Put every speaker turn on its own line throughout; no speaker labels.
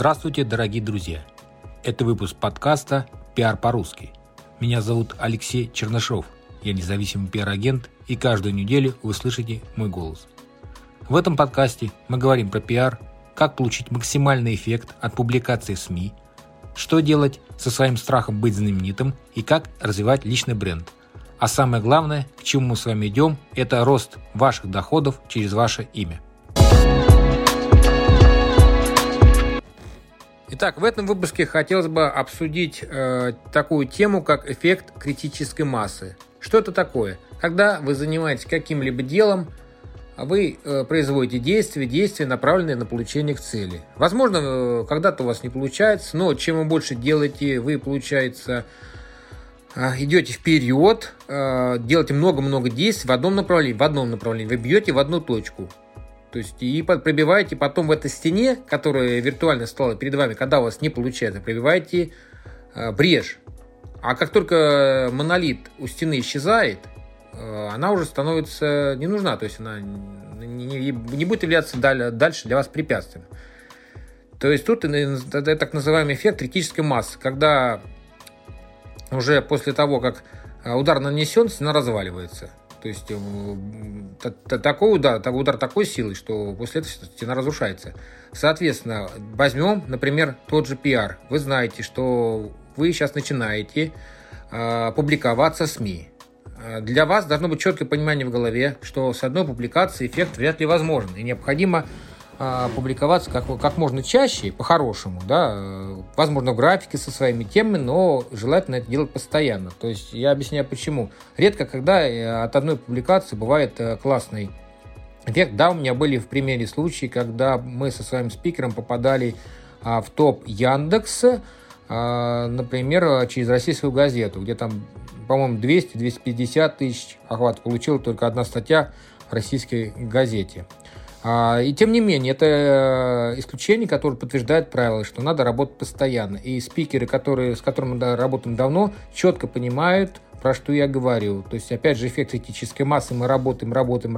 Здравствуйте, дорогие друзья! Это выпуск подкаста «Пиар по-русски». Меня зовут Алексей Чернышов. Я независимый пиар-агент, и каждую неделю вы слышите мой голос. В этом подкасте мы говорим про пиар, как получить максимальный эффект от публикации в СМИ, что делать со своим страхом быть знаменитым и как развивать личный бренд. А самое главное, к чему мы с вами идем, это рост ваших доходов через ваше имя. Итак, в этом выпуске хотелось бы обсудить такую тему, как эффект критической массы. Что это такое? Когда вы занимаетесь каким-либо делом, вы производите действия, направленные на получение к цели. Возможно, когда-то у вас не получается, но чем вы больше делаете, вы, получается, идете вперед, делаете много-много действий в одном направлении, вы бьете в одну точку. То есть и пробиваете потом в этой стене, которая виртуально стала перед вами, когда у вас не получается, пробиваете брешь. А как только монолит у стены исчезает, она уже становится не нужна, то есть она не будет являться дальше для вас препятствием. То есть тут это так называемый эффект критической массы, когда уже после того, как удар нанесен, стена разваливается. То есть такой удар такой силы, что после этого стена разрушается. Соответственно, возьмем, например, тот же пиар. Вы знаете, что вы сейчас начинаете публиковаться в СМИ. Для вас должно быть четкое понимание в голове, что с одной публикацией эффект вряд ли возможен. И необходимо публиковаться как можно чаще, по-хорошему, да, возможно, в графике со своими темами, но желательно это делать постоянно. То есть я объясняю почему. Редко когда от одной публикации бывает классный эффект. Да, у меня были в примере случаи, когда мы со своим спикером попадали в топ Яндекса, например, через российскую газету, где там, по-моему, 200-250 тысяч охват получила только одна статья в российской газете. И тем не менее, это исключение, которое подтверждает правило, что надо работать постоянно. И спикеры, с которыми мы работаем давно, четко понимают, про что я говорю. То есть, опять же, эффект критической массы. Мы работаем,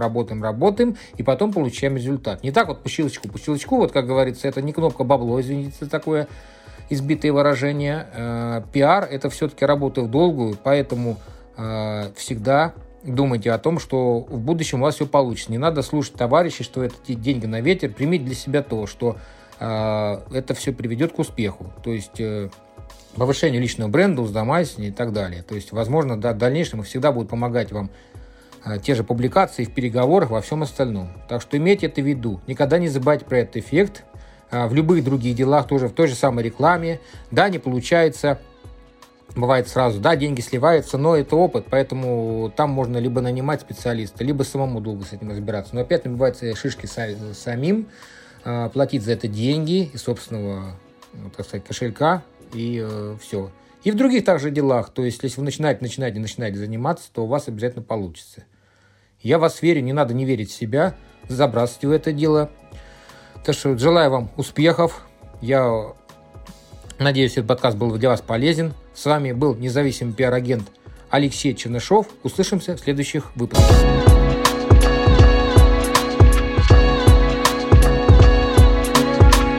и потом получаем результат. Не так вот по щелчку. По щелчку, вот как говорится, это не кнопка бабло, извините за такое избитое выражение. Пиар – это все-таки работа в долгую, поэтому всегда думайте о том, что в будущем у вас все получится. Не надо слушать товарищей, что это деньги на ветер. Примите для себя то, что это все приведет к успеху. То есть повышению личного бренда, уздомайствования и так далее. То есть, возможно, в дальнейшем всегда будут помогать вам те же публикации в переговорах, во всем остальном. Так что имейте это в виду. Никогда не забывайте про этот эффект. В любых других делах, тоже в той же самой рекламе. Да, не получается. Бывает сразу, да, деньги сливаются, но это опыт, поэтому там можно либо нанимать специалиста, либо самому долго с этим разбираться. Но опять набиваются шишки самим, платить за это деньги из собственного, так сказать, кошелька, и все. И в других также делах, то есть если вы начинаете заниматься, то у вас обязательно получится. Я в вас верю, не надо не верить в себя, забрасывайте в это дело. Так что желаю вам успехов, я надеюсь, этот подкаст был для вас полезен. С вами был независимый пиар-агент Алексей Чернышов. Услышимся в следующих выпусках.